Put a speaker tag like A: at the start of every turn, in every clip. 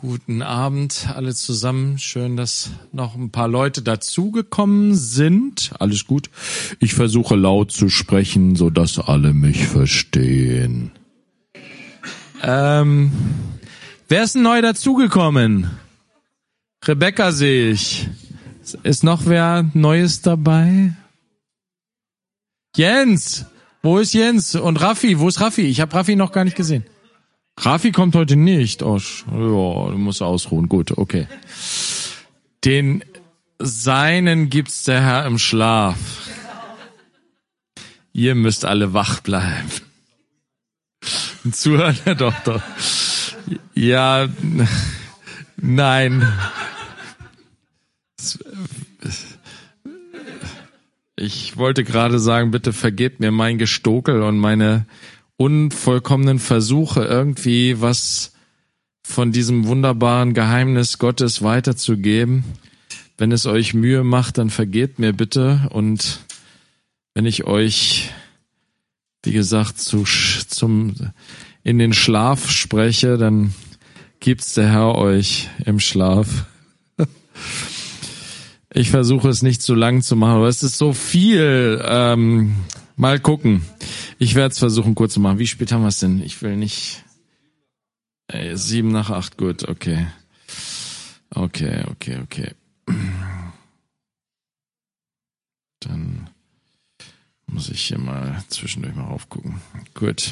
A: Guten Abend alle zusammen. Schön, dass noch ein paar Leute dazugekommen sind. Alles gut. Ich versuche laut zu sprechen, sodass alle mich verstehen. Wer ist denn neu dazugekommen? Rebecca sehe ich. Ist noch wer Neues dabei? Jens! Wo ist Jens? Und Raffi? Wo ist Raffi? Ich habe Raffi noch gar nicht gesehen. Raffi kommt heute nicht. Oh, ja, du musst ausruhen. Gut, okay. Den Seinen gibt's der Herr im Schlaf. Ihr müsst alle wach bleiben. Zuhören, Herr Doktor. Ja, nein. Ich wollte gerade sagen, bitte vergebt mir mein Gestokel und meine unvollkommenen Versuche, irgendwie was von diesem wunderbaren Geheimnis Gottes weiterzugeben. Wenn es euch Mühe macht, dann vergebt mir bitte. Und wenn ich euch, wie gesagt, in den Schlaf spreche, dann gibt's der Herr euch im Schlaf. Ich versuche es nicht zu lang zu machen, aber es ist so viel. Mal gucken. Ich werde es versuchen, kurz zu machen. Wie spät haben wir es denn? Ich will nicht... 7 nach 8, gut, okay. Okay. Dann muss ich hier mal zwischendurch mal raufgucken. Gut.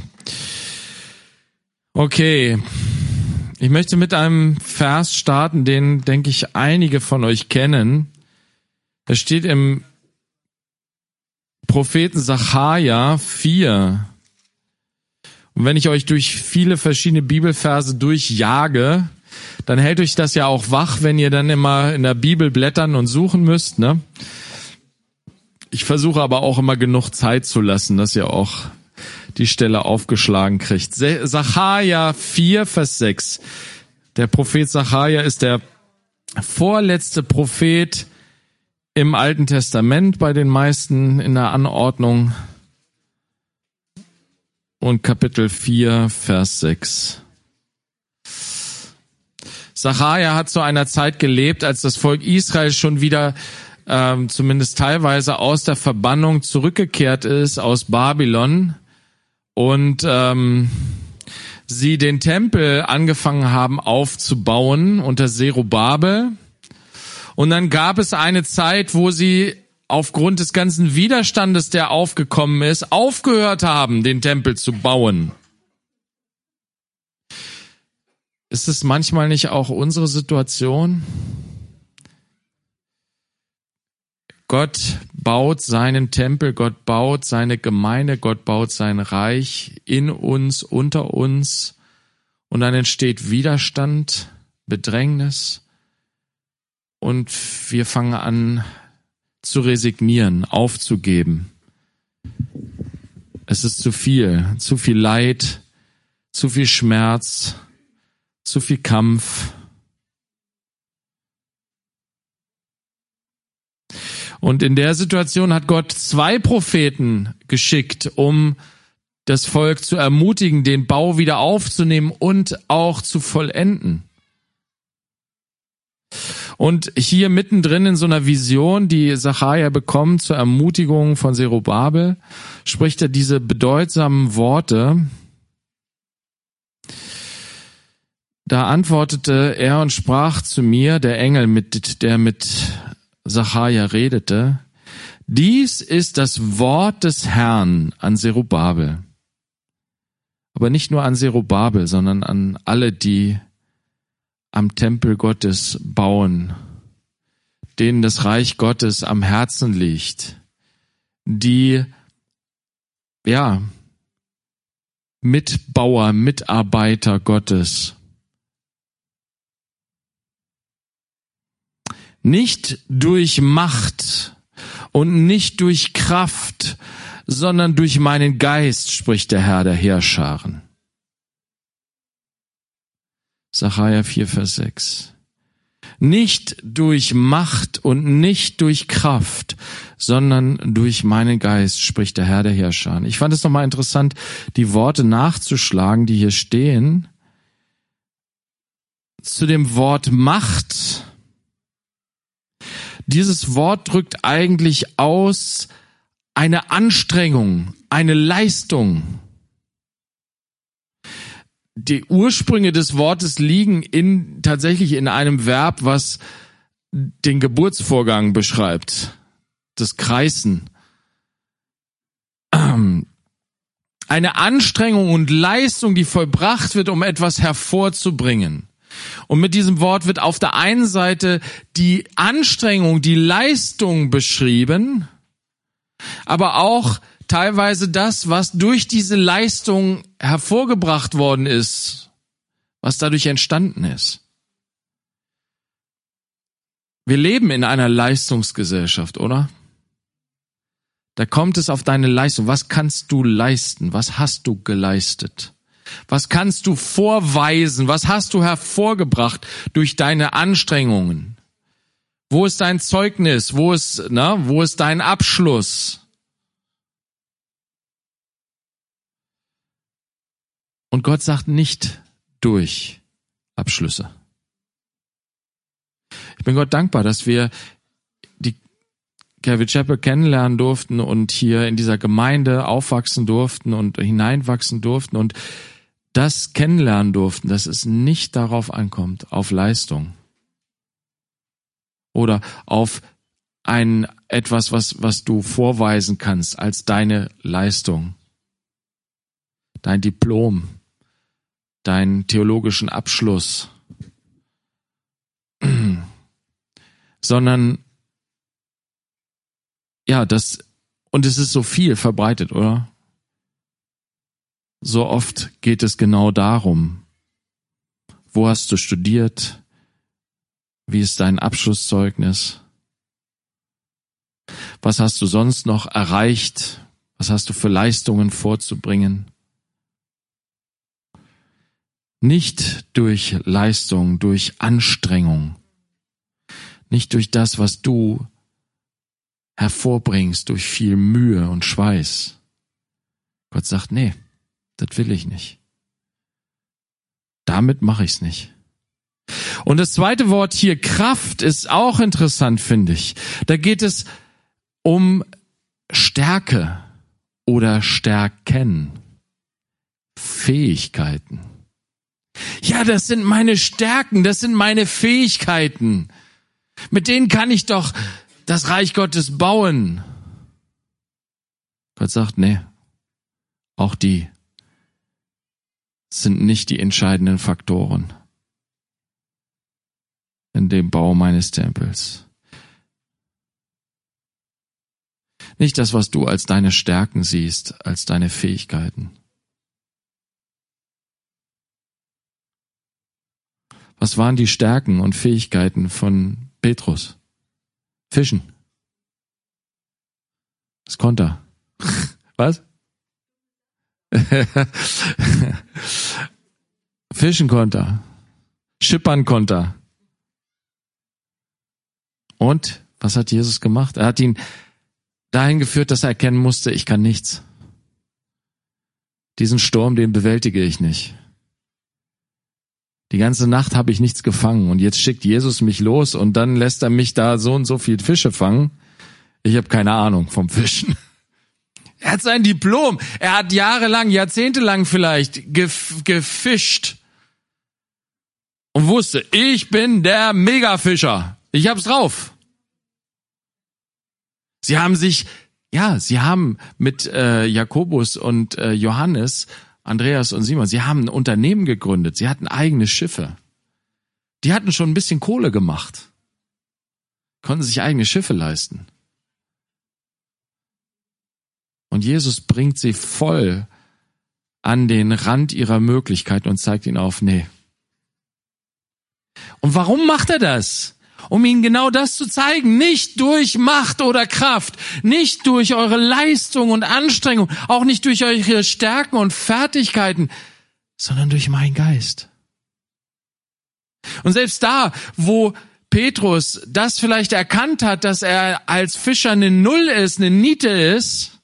A: Okay. Ich möchte mit einem Vers starten, den, denke ich, einige von euch kennen. Er steht im Propheten Sacharja 4. Und wenn ich euch durch viele verschiedene Bibelverse durchjage, dann hält euch das ja auch wach, wenn ihr dann immer in der Bibel blättern und suchen müsst, ne? Ich versuche aber auch immer genug Zeit zu lassen, dass ihr auch die Stelle aufgeschlagen kriegt. Sacharja 4, Vers 6. Der Prophet Sacharja ist der vorletzte Prophet im Alten Testament bei den meisten in der Anordnung. Und Kapitel 4, Vers 6. Sacharja hat zu einer Zeit gelebt, als das Volk Israel schon wieder zumindest teilweise aus der Verbannung zurückgekehrt ist aus Babylon und sie den Tempel angefangen haben aufzubauen unter Zerubabel. Und dann gab es eine Zeit, wo sie aufgrund des ganzen Widerstandes, der aufgekommen ist, aufgehört haben, den Tempel zu bauen. Ist es manchmal nicht auch unsere Situation? Gott baut seinen Tempel, Gott baut seine Gemeinde, Gott baut sein Reich in uns, unter uns. Und dann entsteht Widerstand, Bedrängnis. Und wir fangen an zu resignieren, aufzugeben. Es ist zu viel Leid, zu viel Schmerz, zu viel Kampf. Und in der Situation hat Gott 2 Propheten geschickt, um das Volk zu ermutigen, den Bau wieder aufzunehmen und auch zu vollenden. Und hier mittendrin in so einer Vision, die Sacharja bekommt zur Ermutigung von Zerubabel, spricht er diese bedeutsamen Worte. Da antwortete er und sprach zu mir, der Engel, der mit Sacharja redete: Dies ist das Wort des Herrn an Zerubabel. Aber nicht nur an Zerubabel, sondern an alle, die am Tempel Gottes bauen, denen das Reich Gottes am Herzen liegt, die, Mitbauer, Mitarbeiter Gottes. Nicht durch Macht und nicht durch Kraft, sondern durch meinen Geist, spricht der Herr der Heerscharen. Sacharja 4, Vers 6. Nicht durch Macht und nicht durch Kraft, sondern durch meinen Geist, spricht der Herr der Heerscharen. Ich fand es nochmal interessant, die Worte nachzuschlagen, die hier stehen. zu dem Wort Macht. Dieses Wort drückt eigentlich aus eine Anstrengung, eine Leistung. Die Ursprünge des Wortes liegen tatsächlich in einem Verb, was den Geburtsvorgang beschreibt. Das Kreisen. Eine Anstrengung und Leistung, die vollbracht wird, um etwas hervorzubringen. Und mit diesem Wort wird auf der einen Seite die Anstrengung, die Leistung beschrieben, aber auch teilweise das, was durch diese Leistung hervorgebracht worden ist, was dadurch entstanden ist. Wir leben in einer Leistungsgesellschaft, oder? Da kommt es auf deine Leistung. Was kannst du leisten? Was hast du geleistet? Was kannst du vorweisen? Was hast du hervorgebracht durch deine Anstrengungen? Wo ist dein Zeugnis? Wo ist dein Abschluss? Und Gott sagt nicht durch Abschlüsse. Ich bin Gott dankbar, dass wir die Calvary Chapel kennenlernen durften und hier in dieser Gemeinde aufwachsen durften und hineinwachsen durften und das kennenlernen durften, dass es nicht darauf ankommt, auf Leistung oder auf etwas, was du vorweisen kannst als deine Leistung, dein Diplom, deinen theologischen Abschluss, sondern und es ist so viel verbreitet, oder? So oft geht es genau darum, wo hast du studiert, wie ist dein Abschlusszeugnis, was hast du sonst noch erreicht, was hast du für Leistungen vorzubringen. Nicht durch Leistung, durch Anstrengung, nicht durch das, was du hervorbringst, durch viel Mühe und Schweiß. Gott sagt, nee, das will ich nicht. Damit mache ich's nicht. Und das zweite Wort hier, Kraft, ist auch interessant, finde ich. Da geht es um Stärke oder Stärken, Fähigkeiten. Ja, das sind meine Stärken, das sind meine Fähigkeiten. Mit denen kann ich doch das Reich Gottes bauen. Gott sagt, nee, auch die sind nicht die entscheidenden Faktoren in dem Bau meines Tempels. Nicht das, was du als deine Stärken siehst, als deine Fähigkeiten. Was waren die Stärken und Fähigkeiten von Petrus? Fischen. Das konnte er. Was? Fischen konnte er. Schippern konnte er. Und was hat Jesus gemacht? Er hat ihn dahin geführt, dass er erkennen musste, ich kann nichts. Diesen Sturm, den bewältige ich nicht. Die ganze Nacht habe ich nichts gefangen und jetzt schickt Jesus mich los und dann lässt er mich da so und so viel Fische fangen. Ich habe keine Ahnung vom Fischen. Er hat sein Diplom. Er hat jahrelang, jahrzehntelang vielleicht gefischt und wusste, ich bin der Megafischer. Ich hab's drauf. Sie haben mit Jakobus und Johannes, Andreas und Simon, sie haben ein Unternehmen gegründet. Sie hatten eigene Schiffe. Die hatten schon ein bisschen Kohle gemacht. Konnten sich eigene Schiffe leisten. Und Jesus bringt sie voll an den Rand ihrer Möglichkeiten und zeigt ihnen auf, nee. Und warum macht er das? Um ihnen genau das zu zeigen. Nicht durch Macht oder Kraft, nicht durch eure Leistung und Anstrengung, auch nicht durch eure Stärken und Fertigkeiten, sondern durch meinen Geist. Und selbst da, wo Petrus das vielleicht erkannt hat, dass er als Fischer eine Null ist, eine Niete ist,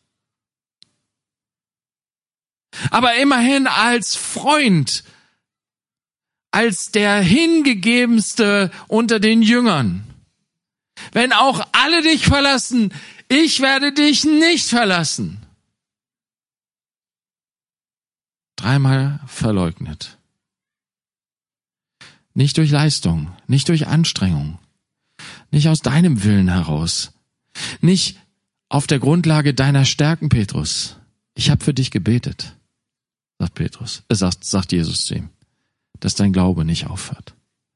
A: aber immerhin als Freund, als der hingegebenste unter den Jüngern. Wenn auch alle dich verlassen, ich werde dich nicht verlassen. 3-mal verleugnet. Nicht durch Leistung, nicht durch Anstrengung, nicht aus deinem Willen heraus, nicht auf der Grundlage deiner Stärken, Petrus. Ich habe für dich gebetet, sagt Petrus, sagt Jesus zu ihm, dass dein Glaube nicht aufhört.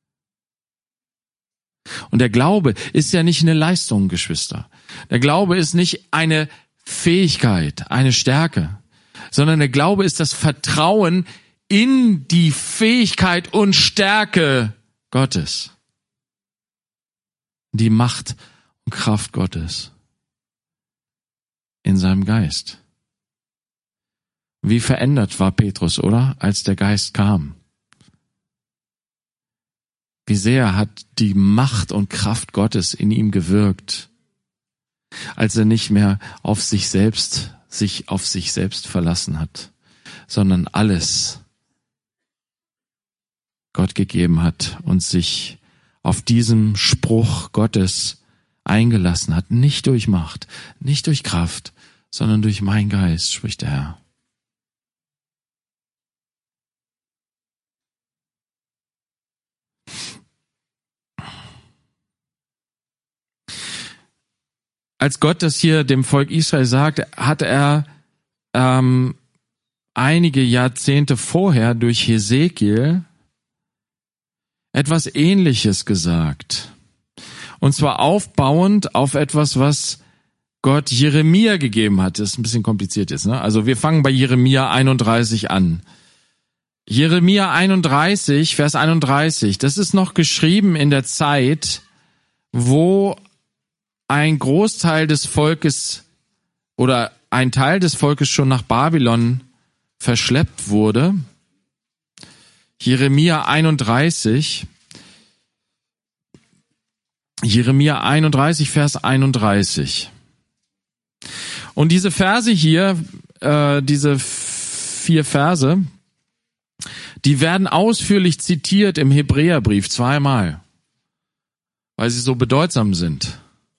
A: Und der Glaube ist ja nicht eine Leistung, Geschwister. Der Glaube ist nicht eine Fähigkeit, eine Stärke, sondern der Glaube ist das Vertrauen in die Fähigkeit und Stärke Gottes. Die Macht und Kraft Gottes in seinem Geist. Wie verändert war Petrus, oder? Als der Geist kam. Wie sehr hat die Macht und Kraft Gottes in ihm gewirkt, als er nicht mehr sich auf sich selbst verlassen hat, sondern alles Gott gegeben hat und sich auf diesem Spruch Gottes eingelassen hat, nicht durch Macht, nicht durch Kraft, sondern durch meinen Geist, spricht der Herr. Als Gott das hier dem Volk Israel sagt, hat er einige Jahrzehnte vorher durch Hesekiel etwas Ähnliches gesagt. Und zwar aufbauend auf etwas, was Gott Jeremia gegeben hat. Das ist ein bisschen kompliziert jetzt, ne? Also wir fangen bei Jeremia 31 an. Jeremia 31, Vers 31, das ist noch geschrieben in der Zeit, wo ein Großteil des Volkes oder ein Teil des Volkes schon nach Babylon verschleppt wurde. Jeremia 31, Vers 31. Und diese Verse hier, diese 4 Verse, die werden ausführlich zitiert im Hebräerbrief 2-mal, weil sie so bedeutsam sind.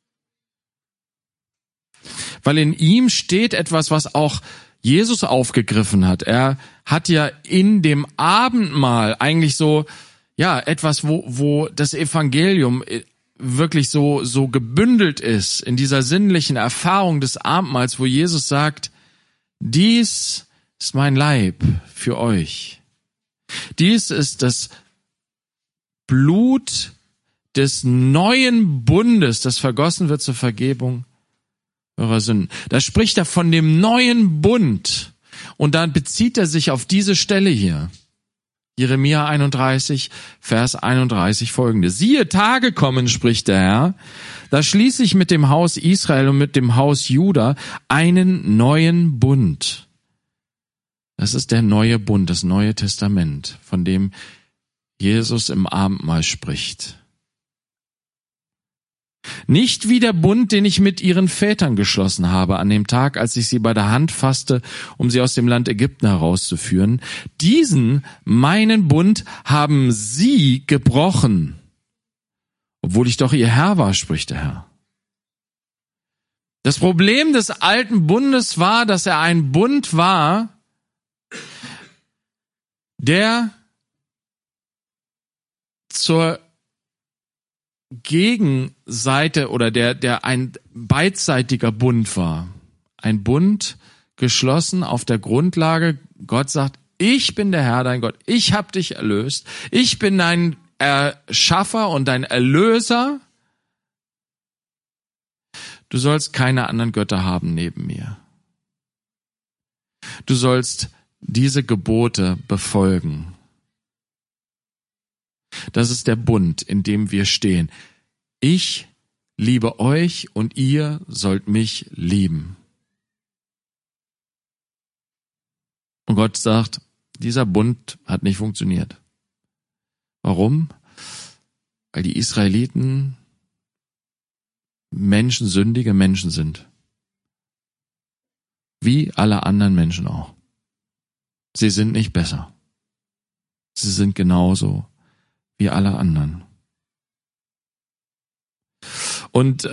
A: Weil in ihm steht etwas, was auch Jesus aufgegriffen hat. Er hat ja in dem Abendmahl eigentlich so, ja, etwas, wo das Evangelium wirklich so gebündelt ist, in dieser sinnlichen Erfahrung des Abendmahls, wo Jesus sagt, dies ist mein Leib für euch. Dies ist das Blut des neuen Bundes, das vergossen wird zur Vergebung eurer Sünden. Da spricht er von dem neuen Bund und dann bezieht er sich auf diese Stelle hier. Jeremia 31, Vers 31 folgende. Siehe, Tage kommen, spricht der Herr, da schließe ich mit dem Haus Israel und mit dem Haus Juda einen neuen Bund. Das ist der neue Bund, das Neue Testament, von dem Jesus im Abendmahl spricht. Nicht wie der Bund, den ich mit ihren Vätern geschlossen habe, an dem Tag, als ich sie bei der Hand fasste, um sie aus dem Land Ägypten herauszuführen. Diesen, meinen Bund, haben sie gebrochen, obwohl ich doch ihr Herr war, spricht der Herr. Das Problem des alten Bundes war, dass er ein Bund war, der zur Gegenseite oder der ein beidseitiger Bund war. Ein Bund geschlossen auf der Grundlage, Gott sagt, ich bin der Herr, dein Gott, ich habe dich erlöst, ich bin dein Erschaffer und dein Erlöser. Du sollst keine anderen Götter haben neben mir. Du sollst diese Gebote befolgen. Das ist der Bund, in dem wir stehen. Ich liebe euch und ihr sollt mich lieben. Und Gott sagt, dieser Bund hat nicht funktioniert. Warum? Weil die Israeliten sündige Menschen sind. Wie alle anderen Menschen auch. Sie sind nicht besser. Sie sind genauso wie alle anderen. Und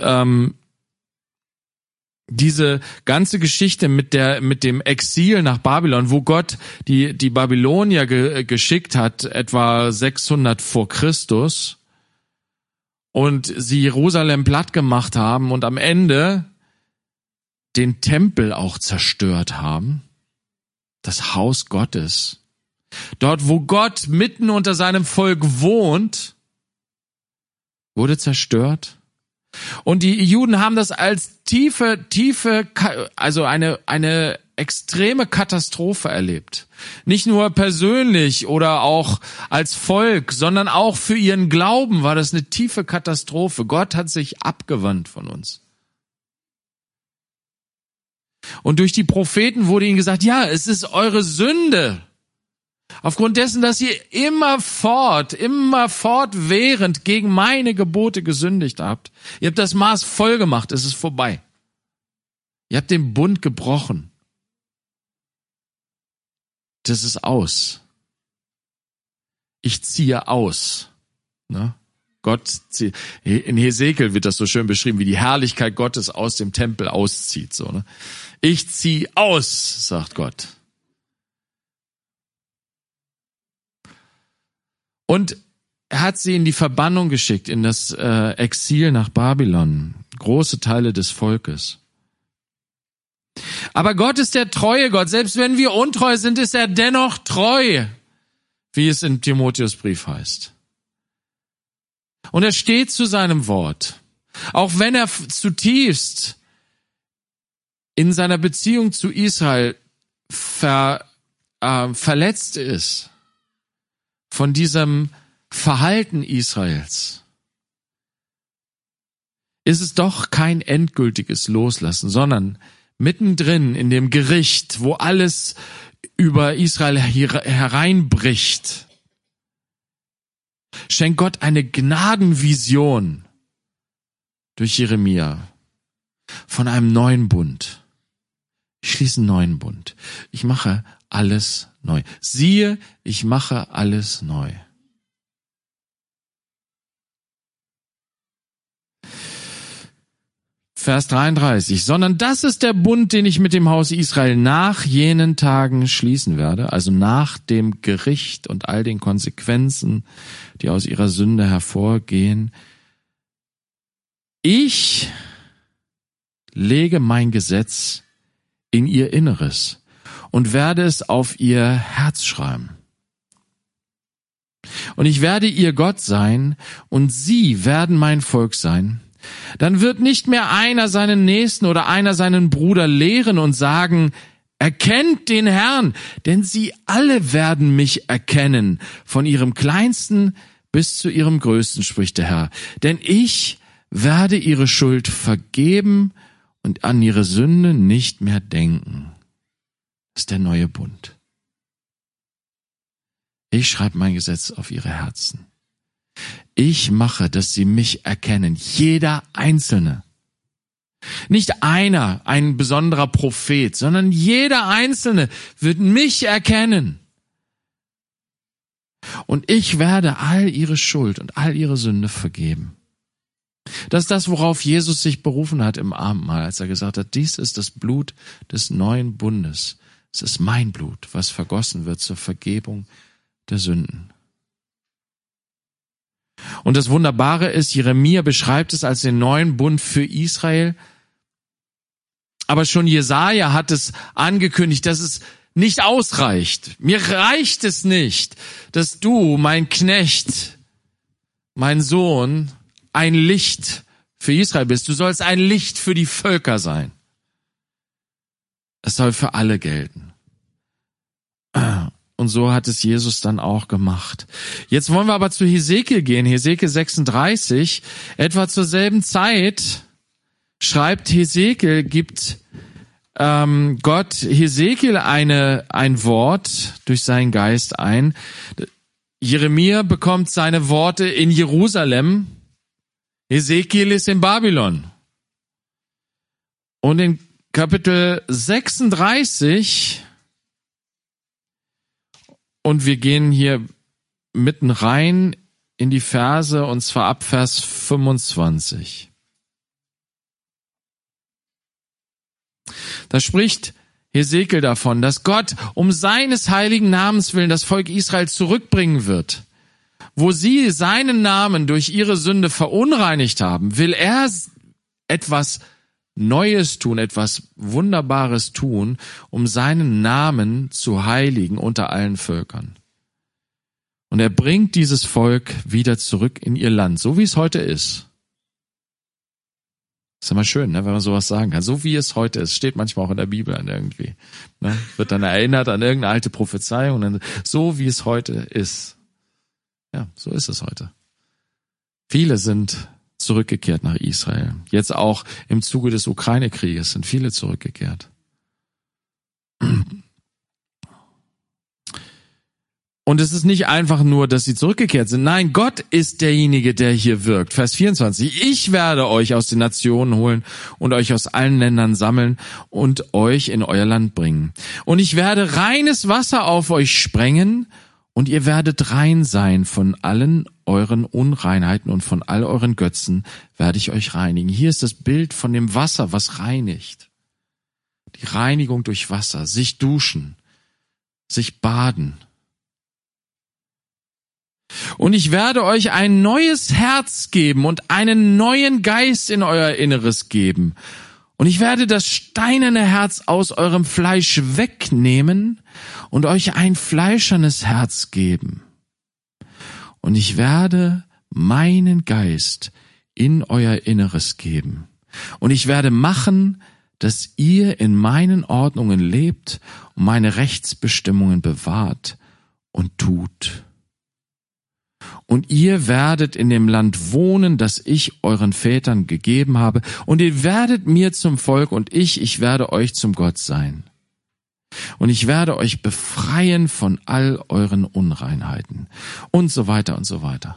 A: diese ganze Geschichte mit dem Exil nach Babylon, wo Gott die Babylonier geschickt hat, etwa 600 vor Christus, und sie Jerusalem platt gemacht haben und am Ende den Tempel auch zerstört haben, das Haus Gottes. Dort, wo Gott mitten unter seinem Volk wohnt, wurde zerstört. Und die Juden haben das als also eine extreme Katastrophe erlebt. Nicht nur persönlich oder auch als Volk, sondern auch für ihren Glauben war das eine tiefe Katastrophe. Gott hat sich abgewandt von uns. Und durch die Propheten wurde ihnen gesagt, ja, es ist eure Sünde. Aufgrund dessen, dass ihr immer fortwährend gegen meine Gebote gesündigt habt. Ihr habt das Maß voll gemacht, es ist vorbei. Ihr habt den Bund gebrochen. Das ist aus. Ich ziehe aus. Ne? Gott zieht. In Hesekiel wird das so schön beschrieben, wie die Herrlichkeit Gottes aus dem Tempel auszieht. So, ne? Ich ziehe aus, sagt Gott. Und er hat sie in die Verbannung geschickt, in das Exil nach Babylon. Große Teile des Volkes. Aber Gott ist der treue Gott. Selbst wenn wir untreu sind, ist er dennoch treu, wie es in Timotheusbrief heißt. Und er steht zu seinem Wort. Auch wenn er zutiefst in seiner Beziehung zu Israel verletzt ist von diesem Verhalten Israels, ist es doch kein endgültiges Loslassen, sondern mittendrin in dem Gericht, wo alles über Israel hereinbricht, schenkt Gott eine Gnadenvision durch Jeremia von einem neuen Bund. Ich schließe einen neuen Bund. Ich mache alles neu. Siehe, ich mache alles neu. Vers 33. Sondern das ist der Bund, den ich mit dem Haus Israel nach jenen Tagen schließen werde, also nach dem Gericht und all den Konsequenzen, die aus ihrer Sünde hervorgehen. Ich lege mein Gesetz in ihr Inneres und werde es auf ihr Herz schreiben. Und ich werde ihr Gott sein, und sie werden mein Volk sein. Dann wird nicht mehr einer seinen Nächsten oder einer seinen Bruder lehren und sagen, erkennt den Herrn, denn sie alle werden mich erkennen, von ihrem Kleinsten bis zu ihrem Größten, spricht der Herr. Denn ich werde ihre Schuld vergeben und an ihre Sünde nicht mehr denken. Das ist der neue Bund. Ich schreibe mein Gesetz auf ihre Herzen. Ich mache, dass sie mich erkennen, jeder Einzelne. Nicht einer, ein besonderer Prophet, sondern jeder Einzelne wird mich erkennen. Und ich werde all ihre Schuld und all ihre Sünde vergeben. Das ist das, worauf Jesus sich berufen hat im Abendmahl, als er gesagt hat, dies ist das Blut des neuen Bundes. Es ist mein Blut, was vergossen wird zur Vergebung der Sünden. Und das Wunderbare ist, Jeremia beschreibt es als den neuen Bund für Israel. Aber schon Jesaja hat es angekündigt, dass es nicht ausreicht. Mir reicht es nicht, dass du, mein Knecht, mein Sohn, ein Licht für Israel bist. Du sollst ein Licht für die Völker sein. Es soll für alle gelten. Und so hat es Jesus dann auch gemacht. Jetzt wollen wir aber zu Hesekiel gehen. Hesekiel 36, etwa zur selben Zeit schreibt Hesekiel, gibt Gott Hesekiel ein Wort durch seinen Geist ein. Jeremia bekommt seine Worte in Jerusalem. Hesekiel ist in Babylon. Und in Kapitel 36, und wir gehen hier mitten rein in die Verse, und zwar ab Vers 25. Da spricht Hesekiel davon, dass Gott um seines heiligen Namens willen das Volk Israel zurückbringen wird. Wo sie seinen Namen durch ihre Sünde verunreinigt haben, will er etwas Neues tun, etwas Wunderbares tun, um seinen Namen zu heiligen unter allen Völkern. Und er bringt dieses Volk wieder zurück in ihr Land, so wie es heute ist. Ist immer schön, ne, wenn man sowas sagen kann. So wie es heute ist. Steht manchmal auch in der Bibel irgendwie. Ne? Wird dann erinnert an irgendeine alte Prophezeiung. Und dann, so wie es heute ist. Ja, so ist es heute. Viele sind zurückgekehrt nach Israel. Jetzt auch im Zuge des Ukraine-Krieges sind viele zurückgekehrt. Und es ist nicht einfach nur, dass sie zurückgekehrt sind. Nein, Gott ist derjenige, der hier wirkt. Vers 24. Ich werde euch aus den Nationen holen und euch aus allen Ländern sammeln und euch in euer Land bringen. Und ich werde reines Wasser auf euch sprengen und ihr werdet rein sein von allen euren Unreinheiten und von all euren Götzen werde ich euch reinigen. Hier ist das Bild von dem Wasser, was reinigt. Die Reinigung durch Wasser, sich duschen, sich baden. Und ich werde euch ein neues Herz geben und einen neuen Geist in euer Inneres geben. Und ich werde das steinerne Herz aus eurem Fleisch wegnehmen und euch ein fleischernes Herz geben. Und ich werde meinen Geist in euer Inneres geben. Und ich werde machen, dass ihr in meinen Ordnungen lebt und meine Rechtsbestimmungen bewahrt und tut. Und ihr werdet in dem Land wohnen, das ich euren Vätern gegeben habe. Und ihr werdet mir zum Volk und ich werde euch zum Gott sein. Und ich werde euch befreien von all euren Unreinheiten. Und so weiter und so weiter.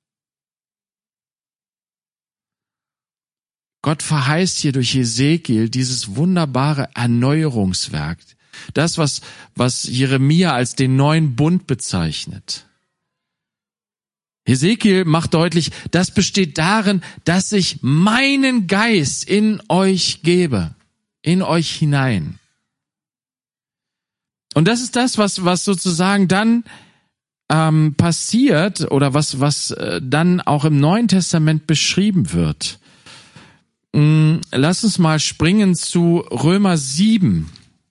A: Gott verheißt hier durch Hesekiel dieses wunderbare Erneuerungswerk. Das, was Jeremia als den neuen Bund bezeichnet. Hesekiel macht deutlich, das besteht darin, dass ich meinen Geist in euch gebe, in euch hinein. Und das ist das, was sozusagen dann passiert oder was dann auch im Neuen Testament beschrieben wird. Lass uns mal springen zu Römer 7.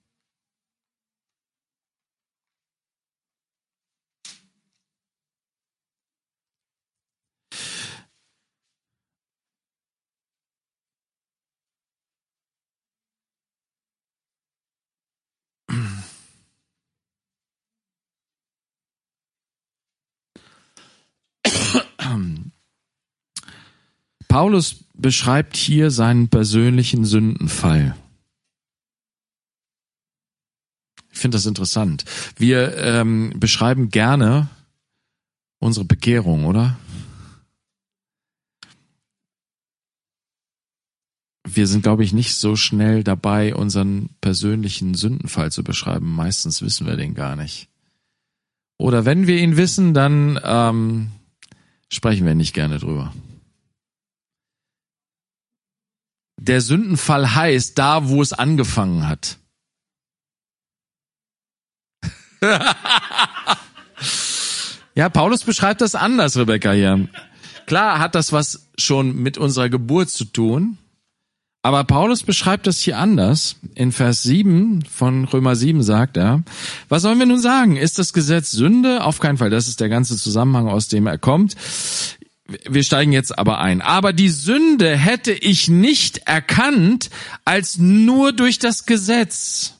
A: Paulus beschreibt hier seinen persönlichen Sündenfall. Ich finde das interessant. Wir beschreiben gerne unsere Bekehrung, oder? Wir sind, glaube ich, nicht so schnell dabei, unseren persönlichen Sündenfall zu beschreiben. Meistens wissen wir den gar nicht. Oder wenn wir ihn wissen, dann sprechen wir nicht gerne drüber. Der Sündenfall heißt da, wo es angefangen hat. Ja, Paulus beschreibt das anders, Rebecca, hier. Klar hat das was schon mit unserer Geburt zu tun, aber Paulus beschreibt das hier anders. In Vers 7 von Römer 7 sagt er, was sollen wir nun sagen? Ist das Gesetz Sünde? Auf keinen Fall, das ist der ganze Zusammenhang, aus dem er kommt. Wir steigen jetzt aber ein. Aber die Sünde hätte ich nicht erkannt, als nur durch das Gesetz.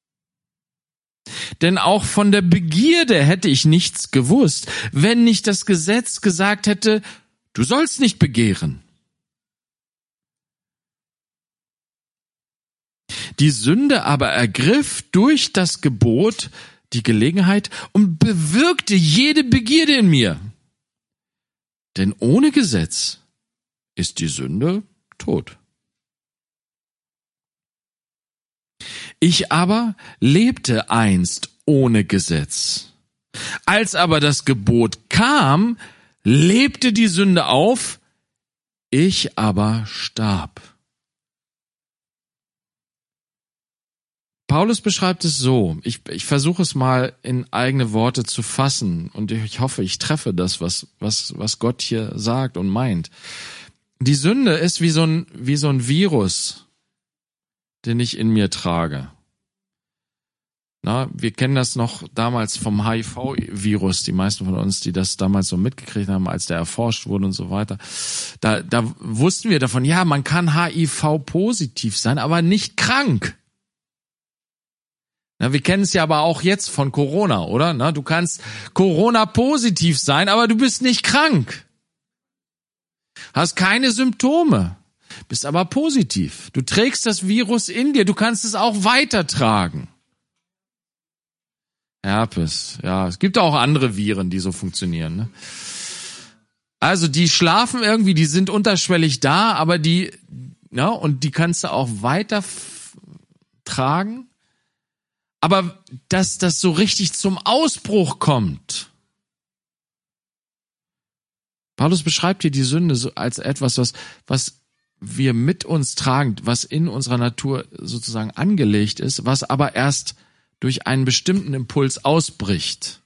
A: Denn auch von der Begierde hätte ich nichts gewusst, wenn nicht das Gesetz gesagt hätte, du sollst nicht begehren. Die Sünde aber ergriff durch das Gebot die Gelegenheit und bewirkte jede Begierde in mir. Denn ohne Gesetz ist die Sünde tot. Ich aber lebte einst ohne Gesetz. Als aber das Gebot kam, lebte die Sünde auf, ich aber starb. Paulus beschreibt es so, ich versuche es mal in eigene Worte zu fassen und ich hoffe, ich treffe das, was Gott hier sagt und meint. Die Sünde ist wie so ein Virus, den ich in mir trage. Na, wir kennen das noch damals vom HIV-Virus, die meisten von uns, die das damals so mitgekriegt haben, als der erforscht wurde und so weiter. Da wussten wir davon, ja, man kann HIV-positiv sein, aber nicht krank. Na, wir kennen es ja aber auch jetzt von Corona, oder? Na, du kannst Corona-positiv sein, aber du bist nicht krank. Hast keine Symptome, bist aber positiv. Du trägst das Virus in dir, du kannst es auch weitertragen. Herpes, ja, es gibt auch andere Viren, die so funktionieren. Ne? Also die schlafen irgendwie, die sind unterschwellig da, aber und die kannst du auch weitertragen. Aber dass das so richtig zum Ausbruch kommt. Paulus beschreibt hier die Sünde so als etwas, was wir mit uns tragen, was in unserer Natur sozusagen angelegt ist, was aber erst durch einen bestimmten Impuls ausbricht.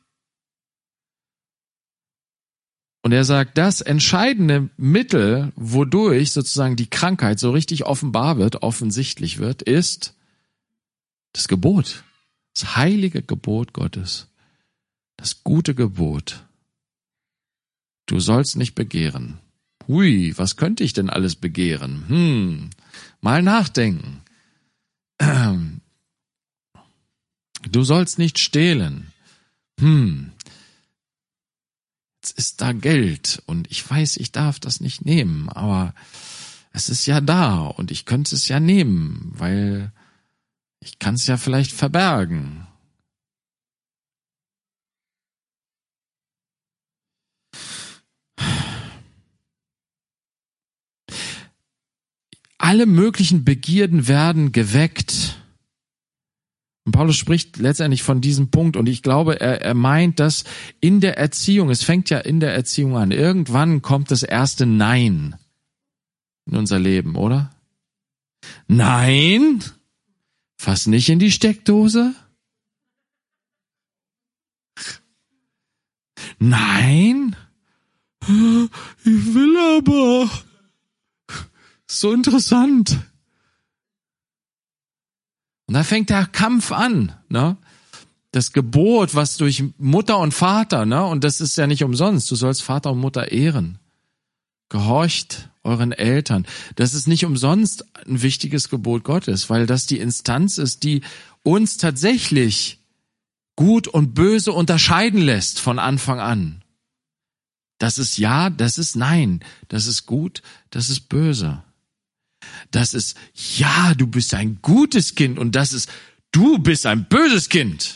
A: Und er sagt, das entscheidende Mittel, wodurch sozusagen die Krankheit so richtig offenbar wird, offensichtlich wird, ist das Gebot. Das heilige Gebot Gottes. Das gute Gebot. Du sollst nicht begehren. Hui, was könnte ich denn alles begehren? Mal nachdenken. Du sollst nicht stehlen. Jetzt ist da Geld und ich weiß, ich darf das nicht nehmen, aber es ist ja da und ich könnte es ja nehmen, weil ich kann es ja vielleicht verbergen. Alle möglichen Begierden werden geweckt. Und Paulus spricht letztendlich von diesem Punkt und ich glaube, er meint, dass in der Erziehung, es fängt ja in der Erziehung an, irgendwann kommt das erste Nein in unser Leben, oder? Nein? Fass nicht in die Steckdose? Nein? Ich will aber. So interessant. Und da fängt der Kampf an, ne? Das Gebot, was durch Mutter und Vater, ne? Und das ist ja nicht umsonst. Du sollst Vater und Mutter ehren. Gehorcht euren Eltern. Das ist nicht umsonst ein wichtiges Gebot Gottes, weil das die Instanz ist, die uns tatsächlich Gut und Böse unterscheiden lässt von Anfang an. Das ist ja, das ist nein. Das ist gut, das ist böse. Das ist, ja, du bist ein gutes Kind und das ist, du bist ein böses Kind.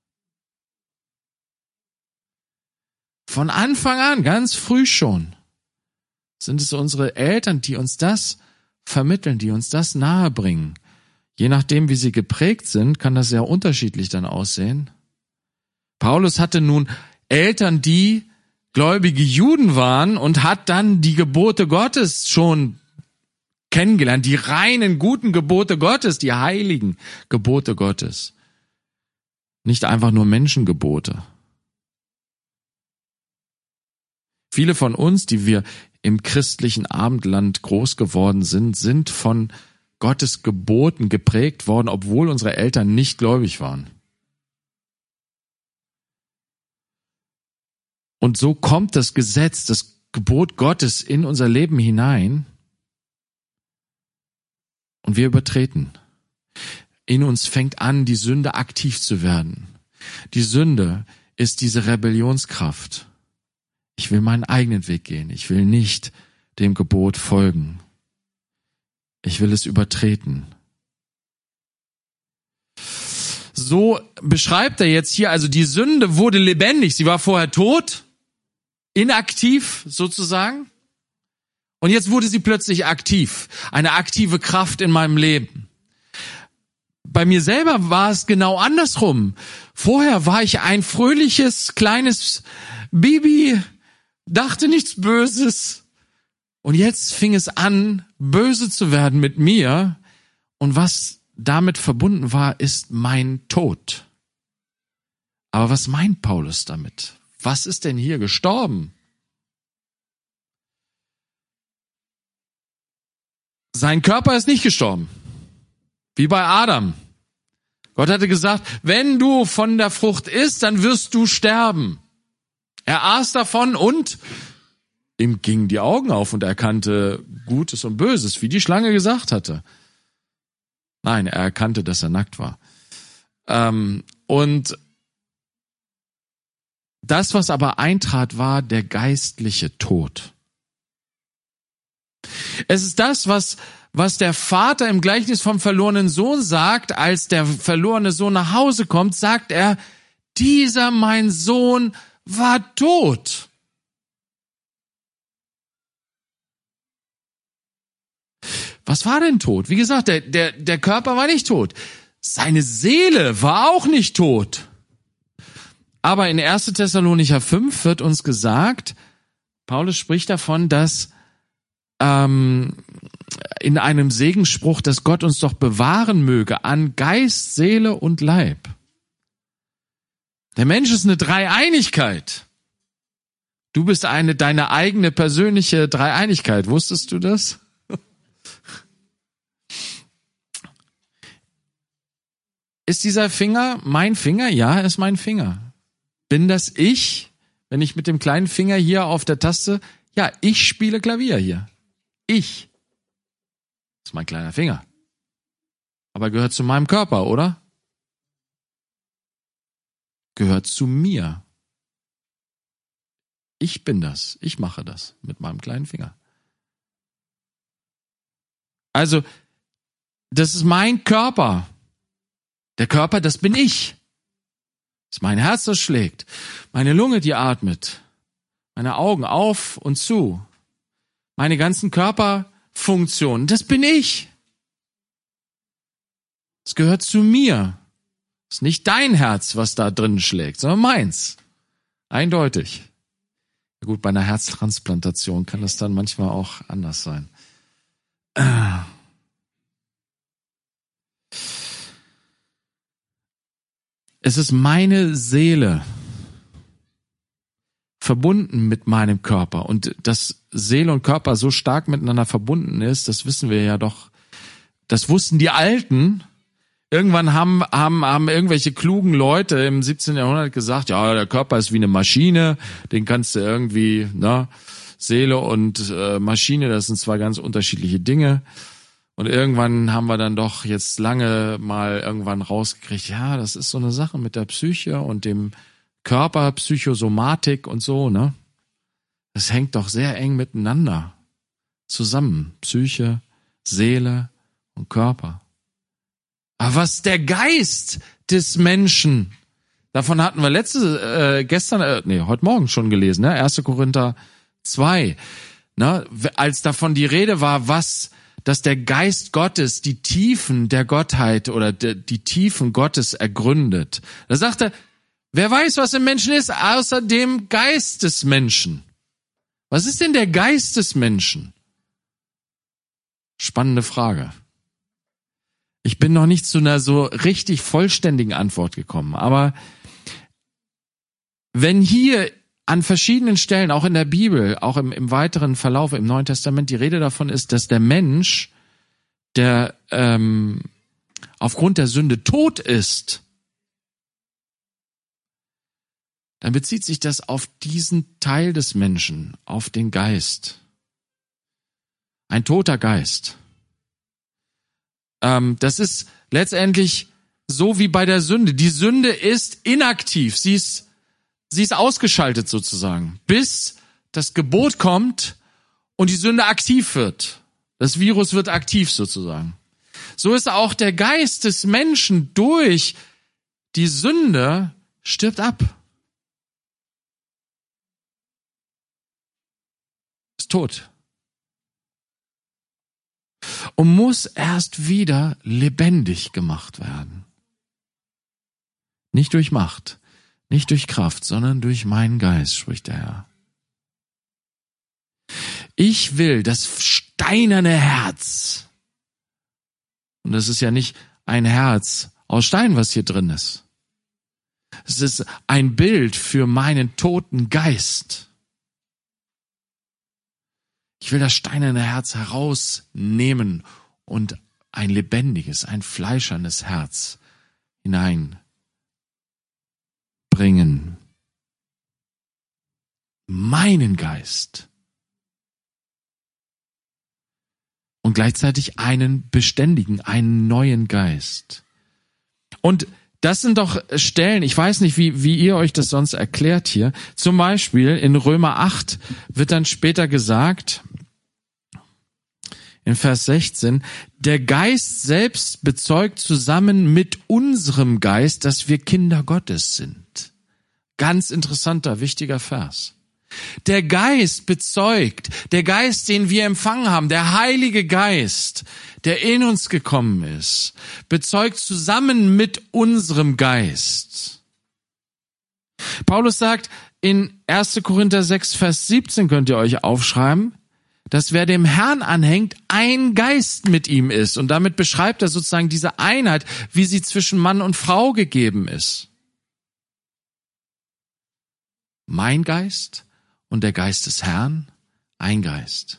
A: Von Anfang an, ganz früh schon, sind es unsere Eltern, die uns das vermitteln, die uns das nahebringen. Je nachdem, wie sie geprägt sind, kann das sehr unterschiedlich dann aussehen. Paulus hatte nun Eltern, die gläubige Juden waren und hat dann die Gebote Gottes schon kennengelernt, die reinen, guten Gebote Gottes, die heiligen Gebote Gottes. Nicht einfach nur Menschengebote. Viele von uns, die wir im christlichen Abendland groß geworden sind, sind von Gottes Geboten geprägt worden, obwohl unsere Eltern nicht gläubig waren. Und so kommt das Gesetz, das Gebot Gottes in unser Leben hinein und wir übertreten. In uns fängt an, die Sünde aktiv zu werden. Die Sünde ist diese Rebellionskraft. Ich will meinen eigenen Weg gehen. Ich will nicht dem Gebot folgen. Ich will es übertreten. So beschreibt er jetzt hier, also die Sünde wurde lebendig. Sie war vorher tot, inaktiv sozusagen. Und jetzt wurde sie plötzlich aktiv. Eine aktive Kraft in meinem Leben. bei mir selber war es genau andersrum. Vorher war ich ein fröhliches, kleines Baby, dachte nichts Böses. Und jetzt fing es an, böse zu werden mit mir. Und was damit verbunden war, ist mein Tod. Aber was meint Paulus damit? Was ist denn hier gestorben? Sein Körper ist nicht gestorben. Wie bei Adam. Gott hatte gesagt, wenn du von der Frucht isst, dann wirst du sterben. Er aß davon und ihm gingen die Augen auf und er erkannte Gutes und Böses, wie die Schlange gesagt hatte. Nein, er erkannte, dass er nackt war. Und das, was aber eintrat, war der geistliche Tod. Es ist das, was der Vater im Gleichnis vom verlorenen Sohn sagt, als der verlorene Sohn nach Hause kommt, sagt er, dieser mein Sohn war tot. Was war denn tot? Wie gesagt, der Körper war nicht tot. Seine Seele war auch nicht tot. Aber in 1. Thessalonicher 5 wird uns gesagt, Paulus spricht davon, dass in einem Segensspruch, dass Gott uns doch bewahren möge an Geist, Seele und Leib. Der Mensch ist eine Dreieinigkeit. Du bist deine eigene persönliche Dreieinigkeit. Wusstest du das? Ist dieser Finger mein Finger? Ja, er ist mein Finger. Bin das ich, wenn ich mit dem kleinen Finger hier auf der Taste, ja, ich spiele Klavier hier. Ich. Das ist mein kleiner Finger. Aber gehört zu meinem Körper, oder? Gehört zu mir. Ich bin das. Ich mache das mit meinem kleinen Finger. Also, das ist mein Körper. Der Körper, das bin ich. Das ist mein Herz, das schlägt. Meine Lunge, die atmet. Meine Augen auf und zu. Meine ganzen Körperfunktionen, das bin ich. Es gehört zu mir. Es ist nicht dein Herz, was da drin schlägt, sondern meins. Eindeutig. Ja gut, bei einer Herztransplantation kann das dann manchmal auch anders sein. Es ist meine Seele, verbunden mit meinem Körper. Und dass Seele und Körper so stark miteinander verbunden ist, das wissen wir ja doch. Das wussten die Alten. Irgendwann haben irgendwelche klugen Leute im 17. Jahrhundert gesagt, ja, der Körper ist wie eine Maschine, den kannst du irgendwie, Seele und Maschine, das sind zwei ganz unterschiedliche Dinge. Und irgendwann haben wir dann doch jetzt lange mal irgendwann rausgekriegt, ja, das ist so eine Sache mit der Psyche und dem Körper, Psychosomatik und so, ne? Das hängt doch sehr eng miteinander zusammen. Psyche, Seele und Körper. Aber was der Geist des Menschen, davon hatten wir heute Morgen schon gelesen, ne? 1. Korinther 2, ne? Als davon die Rede war, dass der Geist Gottes die Tiefen der Gottheit oder die Tiefen Gottes ergründet. Da sagt er, wer weiß, was im Menschen ist, außer dem Geist des Menschen. Was ist denn der Geist des Menschen? Spannende Frage. Ich bin noch nicht zu einer so richtig vollständigen Antwort gekommen, aber wenn hier an verschiedenen Stellen, auch in der Bibel, auch im weiteren Verlauf im Neuen Testament, die Rede davon ist, dass der Mensch, der aufgrund der Sünde tot ist, dann bezieht sich das auf diesen Teil des Menschen, auf den Geist. Ein toter Geist. Das ist letztendlich so wie bei der Sünde. Die Sünde ist inaktiv. Sie ist ausgeschaltet sozusagen, bis das Gebot kommt und die Sünde aktiv wird. Das Virus wird aktiv sozusagen. So ist auch der Geist des Menschen durch die Sünde stirbt ab. Ist tot. und muss erst wieder lebendig gemacht werden. Nicht durch Macht, nicht durch Kraft, sondern durch meinen Geist, spricht der Herr. Ich will das steinerne Herz, und das ist ja nicht ein Herz aus Stein, was hier drin ist. Es ist ein Bild für meinen toten Geist. Ich will das steinerne Herz herausnehmen und ein lebendiges, ein fleischernes Herz hineinbringen. Meinen Geist. Und gleichzeitig einen beständigen, einen neuen Geist. Und das sind doch Stellen, ich weiß nicht, wie ihr euch das sonst erklärt hier. Zum Beispiel in Römer 8 wird dann später gesagt, in Vers 16, der Geist selbst bezeugt zusammen mit unserem Geist, dass wir Kinder Gottes sind. Ganz interessanter, wichtiger Vers. Der Geist bezeugt, der Geist, den wir empfangen haben, der Heilige Geist, der in uns gekommen ist, bezeugt zusammen mit unserem Geist. Paulus sagt in 1. Korinther 6, Vers 17, könnt ihr euch aufschreiben, dass wer dem Herrn anhängt, ein Geist mit ihm ist. Und damit beschreibt er sozusagen diese Einheit, wie sie zwischen Mann und Frau gegeben ist. Mein Geist und der Geist des Herrn, ein Geist.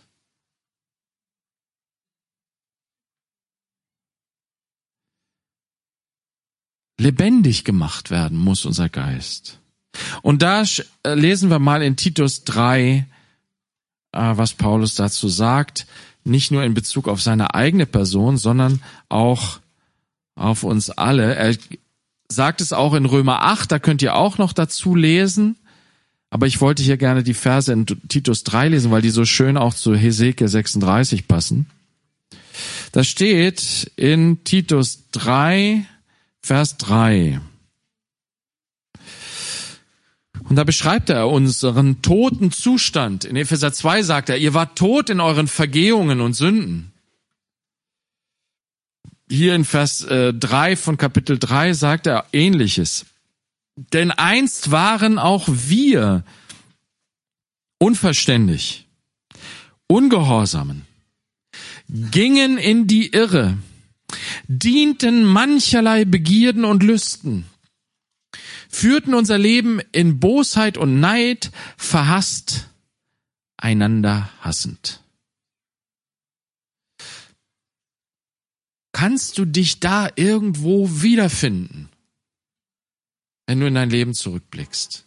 A: Lebendig gemacht werden muss unser Geist. Und da lesen wir mal in Titus 3, was Paulus dazu sagt, nicht nur in Bezug auf seine eigene Person, sondern auch auf uns alle. Er sagt es auch in Römer 8, da könnt ihr auch noch dazu lesen. Aber ich wollte hier gerne die Verse in Titus 3 lesen, weil die so schön auch zu Hesekiel 36 passen. Da steht in Titus 3, Vers 3. Und da beschreibt er unseren toten Zustand. In Epheser 2 sagt er, ihr wart tot in euren Vergehungen und Sünden. Hier in Vers 3 von Kapitel 3 sagt er Ähnliches. Denn einst waren auch wir unverständig, ungehorsamen, gingen in die Irre, dienten mancherlei Begierden und Lüsten, führten unser Leben in Bosheit und Neid, verhasst, einander hassend. Kannst du dich da irgendwo wiederfinden, wenn du in dein Leben zurückblickst?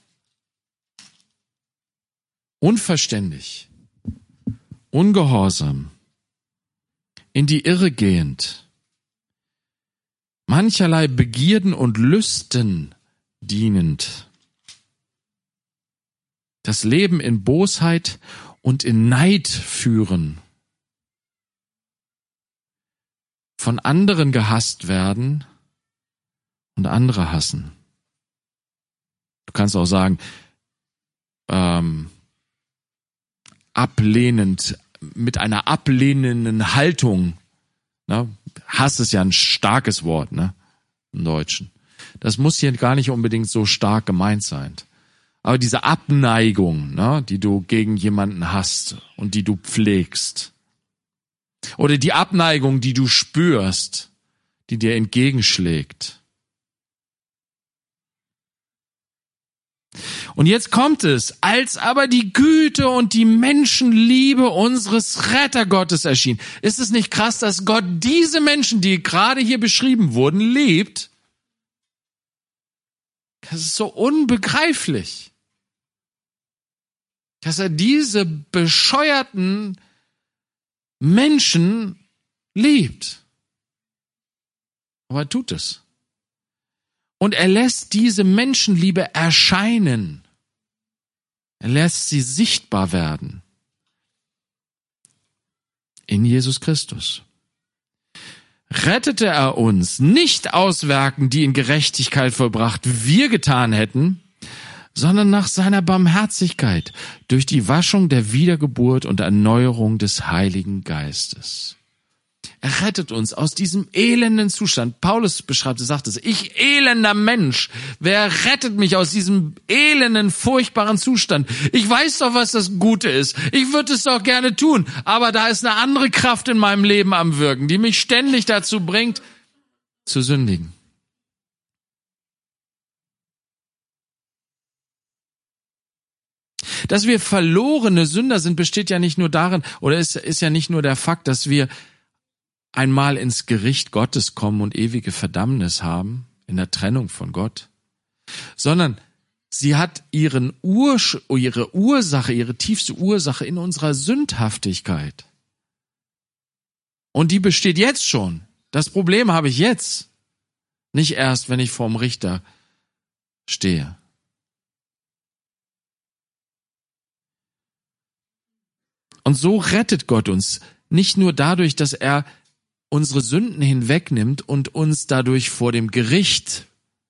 A: Unverständig, ungehorsam, in die Irre gehend, mancherlei Begierden und Lüsten dienend, das Leben in Bosheit und in Neid führen, von anderen gehasst werden und andere hassen. Du kannst auch sagen, ablehnend, mit einer ablehnenden Haltung. Ne? Hass ist ja ein starkes Wort, ne? Im Deutschen. Das muss hier gar nicht unbedingt so stark gemeint sein. Aber diese Abneigung, ne, die du gegen jemanden hast und die du pflegst. Oder die Abneigung, die du spürst, die dir entgegenschlägt. Und jetzt kommt es, als aber die Güte und die Menschenliebe unseres Rettergottes erschien. Ist es nicht krass, dass Gott diese Menschen, die gerade hier beschrieben wurden, liebt? Das ist so unbegreiflich, dass er diese bescheuerten Menschen liebt. Aber er tut es. Und er lässt diese Menschenliebe erscheinen. Er lässt sie sichtbar werden. In Jesus Christus. Rettete er uns nicht aus Werken, die in Gerechtigkeit vollbracht wir getan hätten, sondern nach seiner Barmherzigkeit durch die Waschung der Wiedergeburt und Erneuerung des Heiligen Geistes. Er rettet uns aus diesem elenden Zustand. Paulus beschreibt, er sagt es, ich elender Mensch, wer rettet mich aus diesem elenden, furchtbaren Zustand? Ich weiß doch, was das Gute ist. Ich würde es doch gerne tun, aber da ist eine andere Kraft in meinem Leben am Wirken, die mich ständig dazu bringt, zu sündigen. Dass wir verlorene Sünder sind, besteht ja nicht nur darin, oder ist ja nicht nur der Fakt, dass wir einmal ins Gericht Gottes kommen und ewige Verdammnis haben, in der Trennung von Gott, sondern sie hat ihre Ursache, ihre tiefste Ursache in unserer Sündhaftigkeit. Und die besteht jetzt schon. Das Problem habe ich jetzt, nicht erst, wenn ich vorm Richter stehe. Und so rettet Gott uns nicht nur dadurch, dass er unsere Sünden hinwegnimmt und uns dadurch vor dem Gericht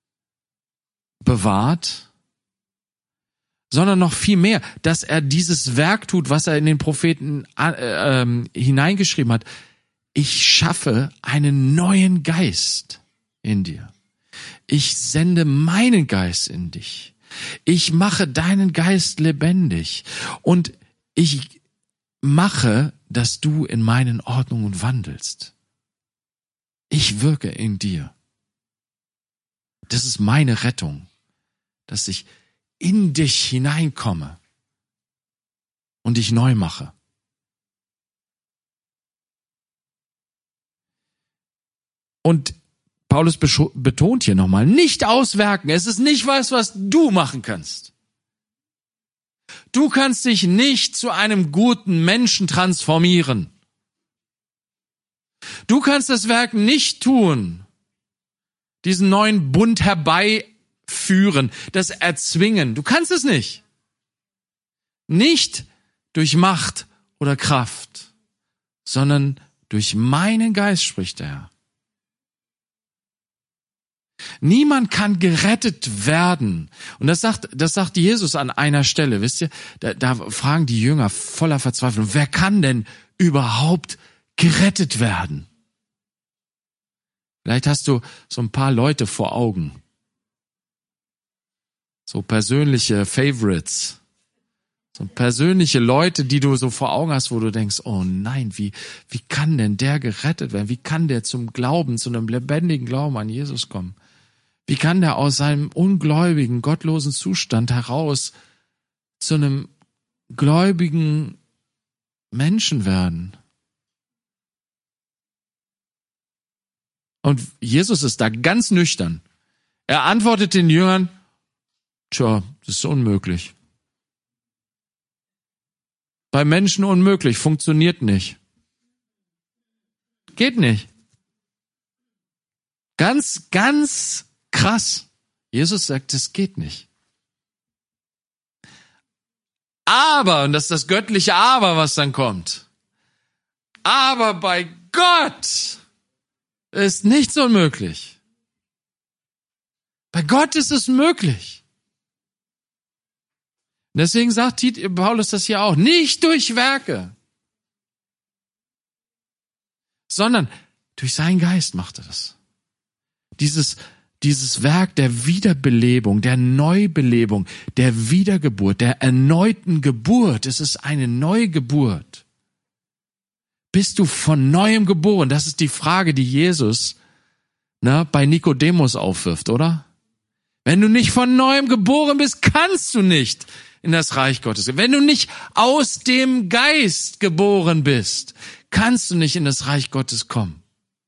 A: bewahrt, sondern noch viel mehr, dass er dieses Werk tut, was er in den Propheten hineingeschrieben hat. Ich schaffe einen neuen Geist in dir. Ich sende meinen Geist in dich. Ich mache deinen Geist lebendig und ich mache, dass du in meinen Ordnungen wandelst. Ich wirke in dir. Das ist meine Rettung, dass ich in dich hineinkomme und dich neu mache. Und Paulus betont hier nochmal, nicht auswerken. Es ist nicht was du machen kannst. Du kannst dich nicht zu einem guten Menschen transformieren. Du kannst das Werk nicht tun, diesen neuen Bund herbeiführen, das erzwingen. Du kannst es nicht. Nicht durch Macht oder Kraft, sondern durch meinen Geist, spricht der Herr. Niemand kann gerettet werden. Und das sagt Jesus an einer Stelle, wisst ihr? Da fragen die Jünger voller Verzweiflung, wer kann denn überhaupt gerettet werden? Vielleicht hast du so ein paar Leute vor Augen. So persönliche Favorites. So persönliche Leute, die du so vor Augen hast, wo du denkst, oh nein, wie kann denn der gerettet werden? Wie kann der zum Glauben, zu einem lebendigen Glauben an Jesus kommen? Wie kann der aus seinem ungläubigen, gottlosen Zustand heraus zu einem gläubigen Menschen werden? Und Jesus ist da ganz nüchtern. Er antwortet den Jüngern, tja, das ist unmöglich. Bei Menschen unmöglich, funktioniert nicht. Geht nicht. Ganz krass. Jesus sagt, es geht nicht. Aber, und das ist das göttliche Aber, was dann kommt. Aber bei Gott ist nichts unmöglich. Bei Gott ist es möglich. Deswegen sagt Paulus das hier auch. Nicht durch Werke, sondern durch seinen Geist macht er das. Dieses Werk der Wiederbelebung, der Neubelebung, der Wiedergeburt, der erneuten Geburt. Es ist eine Neugeburt. Bist du von Neuem geboren? Das ist die Frage, die Jesus bei Nikodemus aufwirft, oder? Wenn du nicht von Neuem geboren bist, kannst du nicht in das Reich Gottes. Wenn du nicht aus dem Geist geboren bist, kannst du nicht in das Reich Gottes kommen.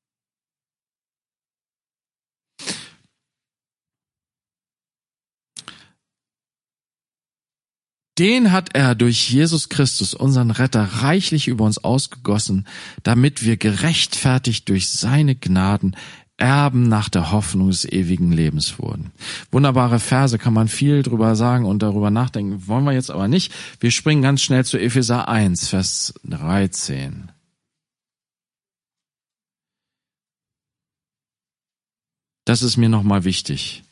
A: Den hat er durch Jesus Christus, unseren Retter, reichlich über uns ausgegossen, damit wir gerechtfertigt durch seine Gnaden Erben nach der Hoffnung des ewigen Lebens wurden. Wunderbare Verse, kann man viel drüber sagen und darüber nachdenken. Wollen wir jetzt aber nicht. Wir springen ganz schnell zu Epheser 1, Vers 13. Das ist mir nochmal wichtig.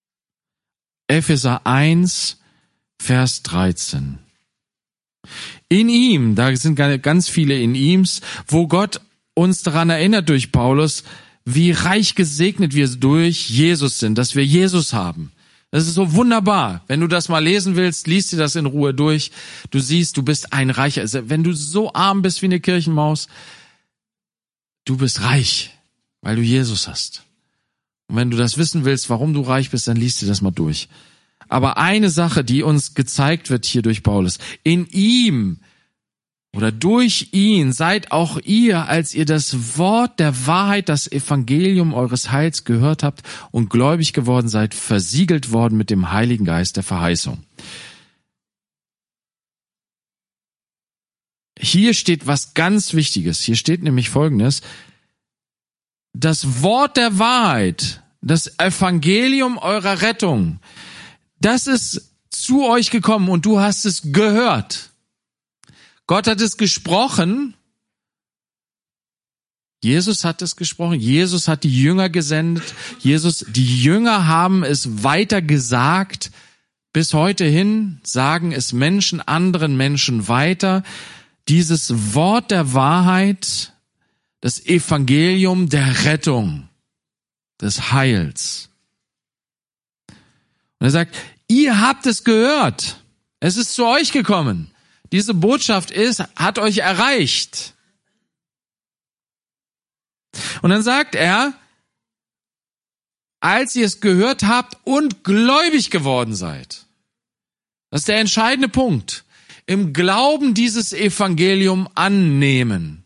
A: Epheser 1, Vers 13. In ihm, da sind ganz viele in ihms, wo Gott uns daran erinnert durch Paulus, wie reich gesegnet wir durch Jesus sind, dass wir Jesus haben. Das ist so wunderbar. Wenn du das mal lesen willst, liest dir das in Ruhe durch. Du siehst, du bist ein Reicher. Also wenn du so arm bist wie eine Kirchenmaus, du bist reich, weil du Jesus hast. Und wenn du das wissen willst, warum du reich bist, dann liest dir das mal durch. Aber eine Sache, die uns gezeigt wird hier durch Paulus: In ihm oder durch ihn seid auch ihr, als ihr das Wort der Wahrheit, das Evangelium eures Heils gehört habt und gläubig geworden seid, versiegelt worden mit dem Heiligen Geist der Verheißung. Hier steht was ganz Wichtiges. Hier steht nämlich Folgendes: Das Wort der Wahrheit, das Evangelium eurer Rettung, das ist zu euch gekommen und du hast es gehört. Gott hat es gesprochen. Jesus hat es gesprochen. Jesus hat die Jünger gesendet. Die Jünger haben es weiter gesagt. Bis heute hin sagen es Menschen anderen Menschen weiter. Dieses Wort der Wahrheit, das Evangelium der Rettung, des Heils. Und er sagt, ihr habt es gehört. Es ist zu euch gekommen. Diese Botschaft hat euch erreicht. Und dann sagt er, als ihr es gehört habt und gläubig geworden seid. Das ist der entscheidende Punkt. Im Glauben dieses Evangelium annehmen.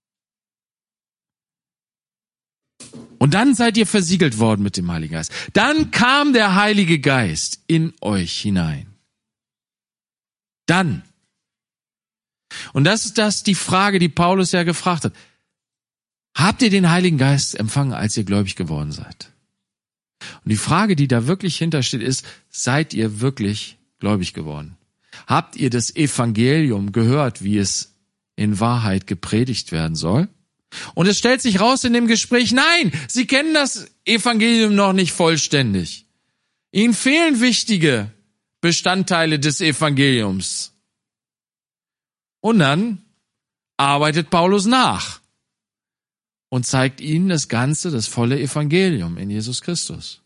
A: Und dann seid ihr versiegelt worden mit dem Heiligen Geist. Dann kam der Heilige Geist in euch hinein. Dann. Und das ist die Frage, die Paulus ja gefragt hat. Habt ihr den Heiligen Geist empfangen, als ihr gläubig geworden seid? Und die Frage, die da wirklich hintersteht, ist, seid ihr wirklich gläubig geworden? Habt ihr das Evangelium gehört, wie es in Wahrheit gepredigt werden soll? Und es stellt sich raus in dem Gespräch, nein, sie kennen das Evangelium noch nicht vollständig. Ihnen fehlen wichtige Bestandteile des Evangeliums. Und dann arbeitet Paulus nach und zeigt ihnen das Ganze, das volle Evangelium in Jesus Christus.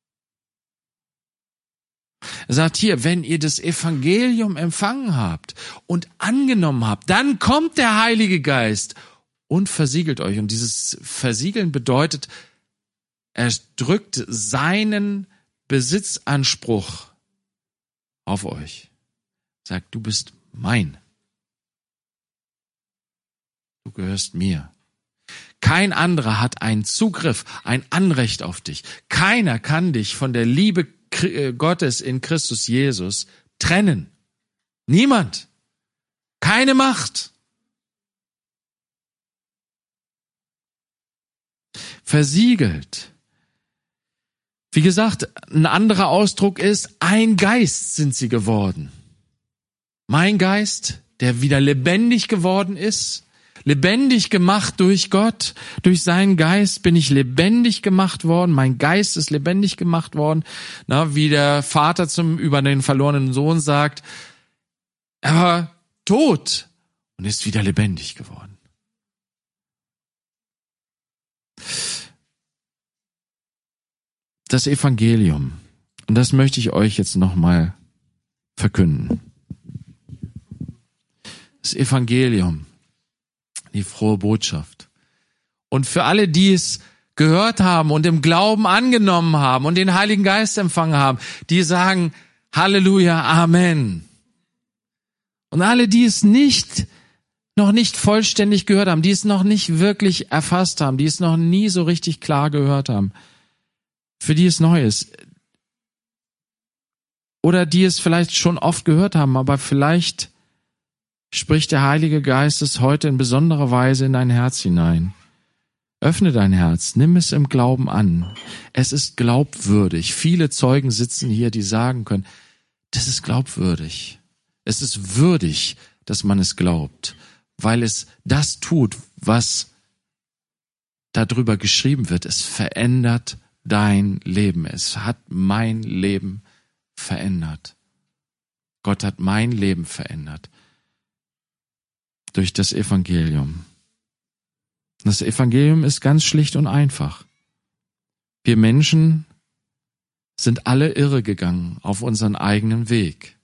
A: Er sagt hier, wenn ihr das Evangelium empfangen habt und angenommen habt, dann kommt der Heilige Geist und versiegelt euch. Und dieses Versiegeln bedeutet, er drückt seinen Besitzanspruch auf euch. Er sagt, du bist mein. Du gehörst mir. Kein anderer hat einen Zugriff, ein Anrecht auf dich. Keiner kann dich von der Liebe Gottes in Christus Jesus trennen. Niemand. Keine Macht. Versiegelt. Wie gesagt, ein anderer Ausdruck ist, ein Geist sind sie geworden. Mein Geist, der wieder lebendig geworden ist, lebendig gemacht durch Gott, durch seinen Geist bin ich lebendig gemacht worden, mein Geist ist lebendig gemacht worden, wie der Vater über den verlorenen Sohn sagt, er war tot und ist wieder lebendig geworden. Das Evangelium, und das möchte ich euch jetzt nochmal verkünden. Das Evangelium, die frohe Botschaft. Und für alle, die es gehört haben und im Glauben angenommen haben und den Heiligen Geist empfangen haben, die sagen, Halleluja, Amen. Und alle, die es noch nicht vollständig gehört haben, die es noch nicht wirklich erfasst haben, die es noch nie so richtig klar gehört haben, für die es neu ist. Oder die es vielleicht schon oft gehört haben, aber vielleicht spricht der Heilige Geist es heute in besonderer Weise in dein Herz hinein. Öffne dein Herz, nimm es im Glauben an. Es ist glaubwürdig. Viele Zeugen sitzen hier, die sagen können, das ist glaubwürdig. Es ist würdig, dass man es glaubt, weil es das tut, was darüber geschrieben wird. Es verändert dein Leben. Es hat mein Leben verändert. Gott hat mein Leben verändert. durch das Evangelium. Das Evangelium ist ganz schlicht und einfach. Wir Menschen sind alle irre gegangen auf unseren eigenen Weg.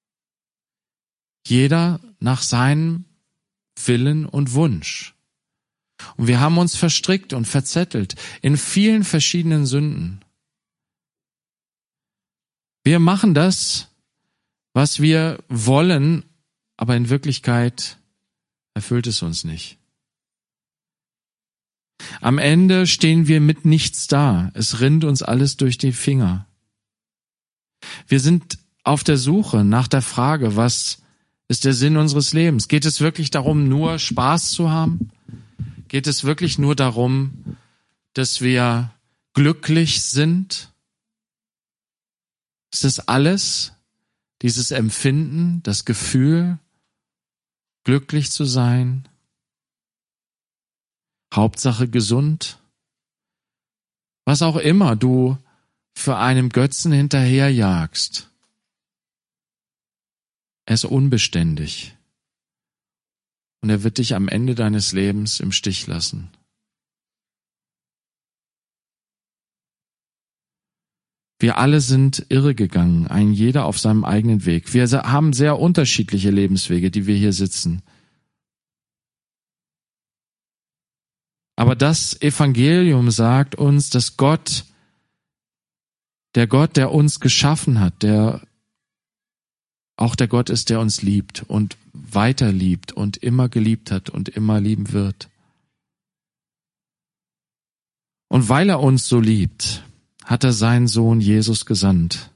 A: Jeder nach seinem Willen und Wunsch. Und wir haben uns verstrickt und verzettelt in vielen verschiedenen Sünden. Wir machen das, was wir wollen, aber in Wirklichkeit erfüllt es uns nicht. Am Ende stehen wir mit nichts da. Es rinnt uns alles durch die Finger. Wir sind auf der Suche nach der Frage, was ist der Sinn unseres Lebens? Geht es wirklich darum, nur Spaß zu haben? Geht es wirklich nur darum, dass wir glücklich sind? Ist das alles, dieses Empfinden, das Gefühl, glücklich zu sein? Hauptsache gesund? Was auch immer du für einem Götzen hinterherjagst. Er ist unbeständig. Und er wird dich am Ende deines Lebens im Stich lassen. Wir alle sind irregegangen, ein jeder auf seinem eigenen Weg. Wir haben sehr unterschiedliche Lebenswege, die wir hier sitzen. Aber das Evangelium sagt uns, dass Gott, der uns geschaffen hat, der auch der Gott ist, der uns liebt und weiter liebt und immer geliebt hat und immer lieben wird. Und weil er uns so liebt, hat er seinen Sohn Jesus gesandt.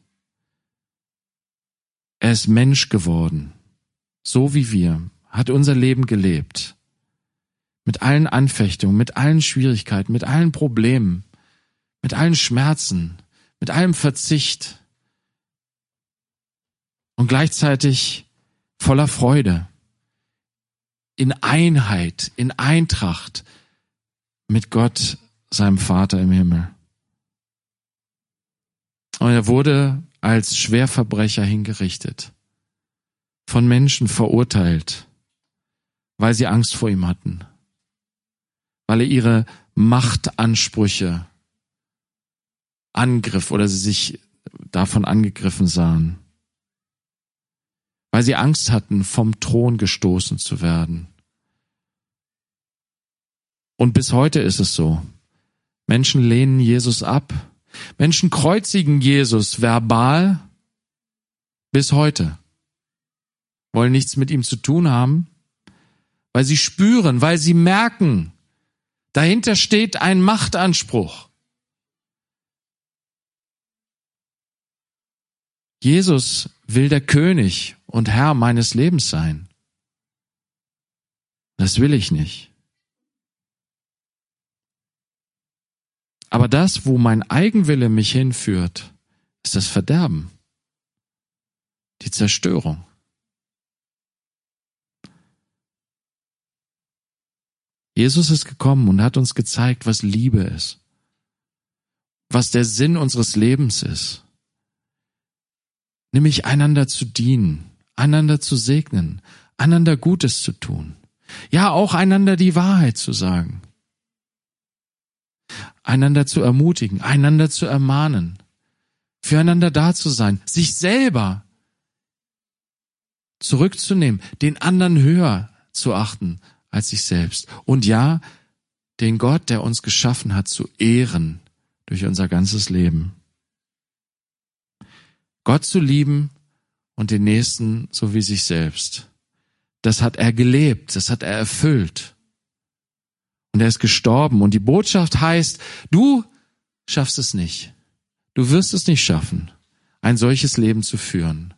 A: Er ist Mensch geworden, so wie wir, hat unser Leben gelebt. Mit allen Anfechtungen, mit allen Schwierigkeiten, mit allen Problemen, mit allen Schmerzen, mit allem Verzicht. Und gleichzeitig voller Freude, in Einheit, in Eintracht mit Gott, seinem Vater im Himmel. Und er wurde als Schwerverbrecher hingerichtet, von Menschen verurteilt, weil sie Angst vor ihm hatten, weil er ihre Machtansprüche angriff oder sie sich davon angegriffen sahen, weil sie Angst hatten, vom Thron gestoßen zu werden. Und bis heute ist es so. Menschen lehnen Jesus ab. Menschen kreuzigen Jesus verbal bis heute. Wollen nichts mit ihm zu tun haben, weil sie spüren, weil sie merken, dahinter steht ein Machtanspruch. Jesus will der König und Herr meines Lebens sein. Das will ich nicht. Aber das, wo mein Eigenwille mich hinführt, ist das Verderben, die Zerstörung. Jesus ist gekommen und hat uns gezeigt, was Liebe ist, was der Sinn unseres Lebens ist. Nämlich einander zu dienen, einander zu segnen, einander Gutes zu tun. Ja, auch einander die Wahrheit zu sagen. Einander zu ermutigen, einander zu ermahnen, füreinander da zu sein, sich selber zurückzunehmen, den anderen höher zu achten als sich selbst. Und ja, den Gott, der uns geschaffen hat, zu ehren durch unser ganzes Leben. Gott zu lieben und den Nächsten so wie sich selbst. Das hat er gelebt, das hat er erfüllt. Und er ist gestorben. Und die Botschaft heißt, du schaffst es nicht. Du wirst es nicht schaffen, ein solches Leben zu führen.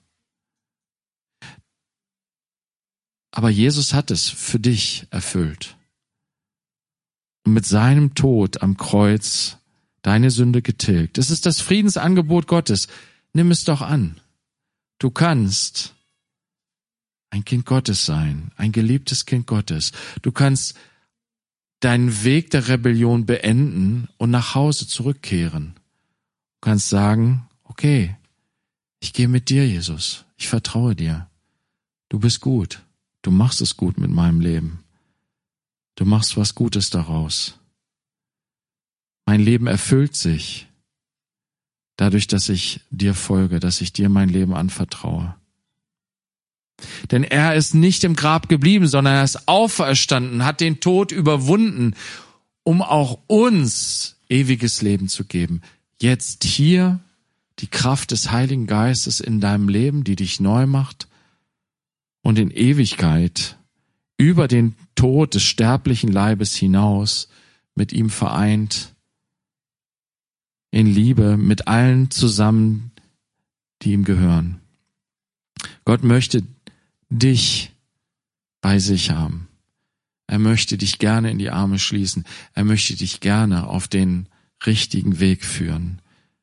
A: Aber Jesus hat es für dich erfüllt. Und mit seinem Tod am Kreuz deine Sünde getilgt. Es ist das Friedensangebot Gottes. Nimm es doch an. Du kannst ein Kind Gottes sein, ein geliebtes Kind Gottes. Du kannst deinen Weg der Rebellion beenden und nach Hause zurückkehren. Du kannst sagen, okay, ich gehe mit dir, Jesus. Ich vertraue dir. Du bist gut. du machst es gut mit meinem Leben. Du machst was Gutes daraus. Mein Leben erfüllt sich dadurch, dass ich dir folge, dass ich dir mein Leben anvertraue. Denn er ist nicht im Grab geblieben, sondern er ist auferstanden, hat den Tod überwunden, um auch uns ewiges Leben zu geben. Jetzt hier die Kraft des Heiligen Geistes in deinem Leben, die dich neu macht und in Ewigkeit über den Tod des sterblichen Leibes hinaus mit ihm vereint, in Liebe mit allen zusammen, die ihm gehören. Gott möchte dich bei sich haben. Er möchte dich gerne in die Arme schließen. Er möchte dich gerne auf den richtigen Weg führen.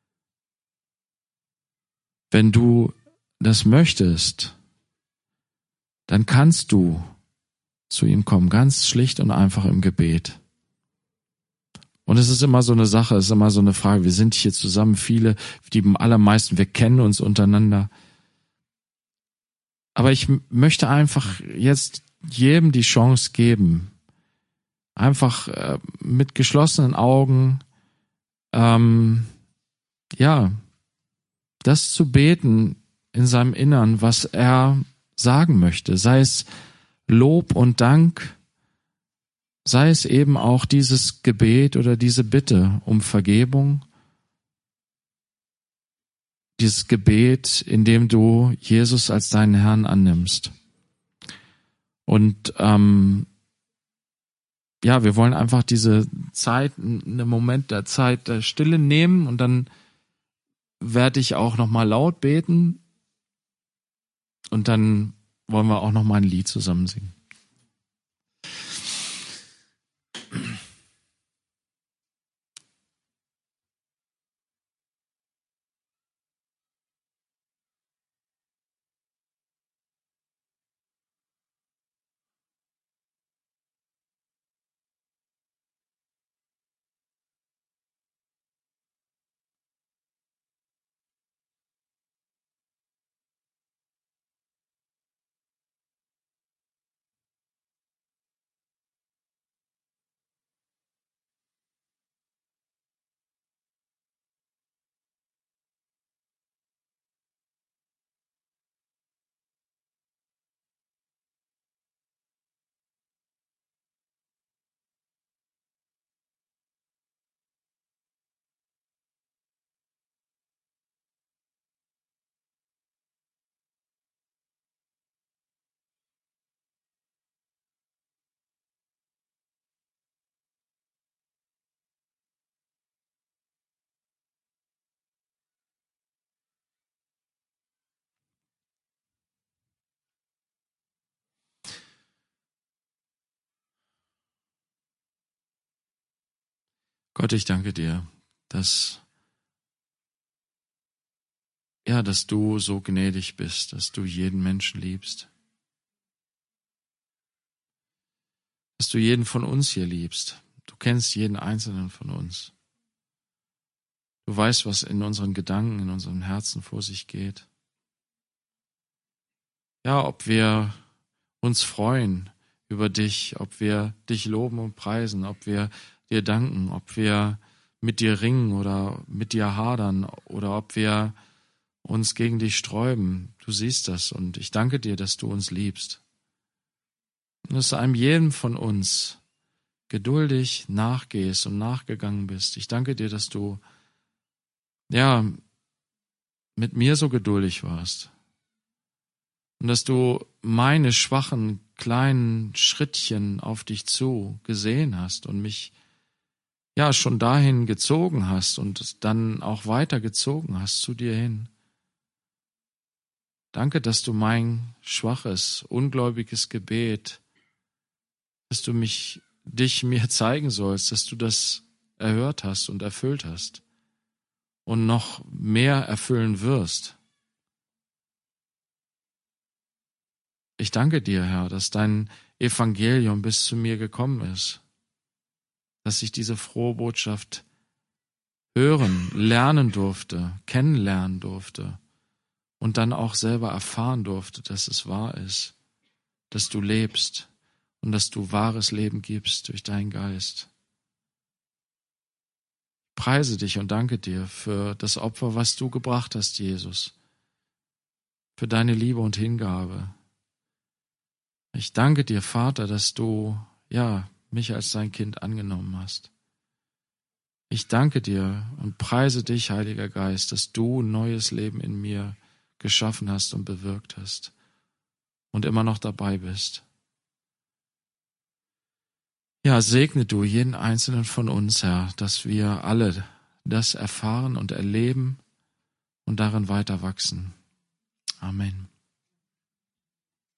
A: Wenn du das möchtest, dann kannst du zu ihm kommen, ganz schlicht und einfach im Gebet. Und es ist immer so eine Sache, es ist immer so eine Frage, wir sind hier zusammen, viele, die allermeisten, wir kennen uns untereinander. Aber ich möchte einfach jetzt jedem die Chance geben, einfach mit geschlossenen Augen, das zu beten in seinem Innern, was er sagen möchte, sei es Lob und Dank, sei es eben auch dieses Gebet oder diese Bitte um Vergebung, dieses Gebet, in dem du Jesus als deinen Herrn annimmst. Und wir wollen einfach diese Zeit, einen Moment der Zeit der Stille nehmen und dann werde ich auch nochmal laut beten und dann wollen wir auch nochmal ein Lied zusammen singen. Gott, ich danke dir, dass du so gnädig bist, dass du jeden Menschen liebst, dass du jeden von uns hier liebst. Du kennst jeden einzelnen von uns. Du weißt, was in unseren Gedanken, in unserem Herzen vor sich geht. Ja, ob wir uns freuen über dich, ob wir dich loben und preisen, ob wir dir danken, ob wir mit dir ringen oder mit dir hadern oder ob wir uns gegen dich sträuben. Du siehst das und ich danke dir, dass du uns liebst. Und dass du einem jedem von uns geduldig nachgehst und nachgegangen bist. Ich danke dir, dass du mit mir so geduldig warst. Und dass du meine schwachen, kleinen Schrittchen auf dich zu gesehen hast und mich schon dahin gezogen hast und dann auch weiter gezogen hast zu dir hin. Danke, dass du mein schwaches, ungläubiges Gebet, dass du dich mir zeigen sollst, dass du das erhört hast und erfüllt hast und noch mehr erfüllen wirst. Ich danke dir, Herr, dass dein Evangelium bis zu mir gekommen ist, dass ich diese frohe Botschaft hören, lernen durfte, kennenlernen durfte und dann auch selber erfahren durfte, dass es wahr ist, dass du lebst und dass du wahres Leben gibst durch deinen Geist. Ich preise dich und danke dir für das Opfer, was du gebracht hast, Jesus, für deine Liebe und Hingabe. Ich danke dir, Vater, dass du, mich als dein Kind angenommen hast. Ich danke dir und preise dich, Heiliger Geist, dass du ein neues Leben in mir geschaffen hast und bewirkt hast und immer noch dabei bist. Ja, segne du jeden einzelnen von uns, Herr, dass wir alle das erfahren und erleben und darin weiter wachsen. Amen.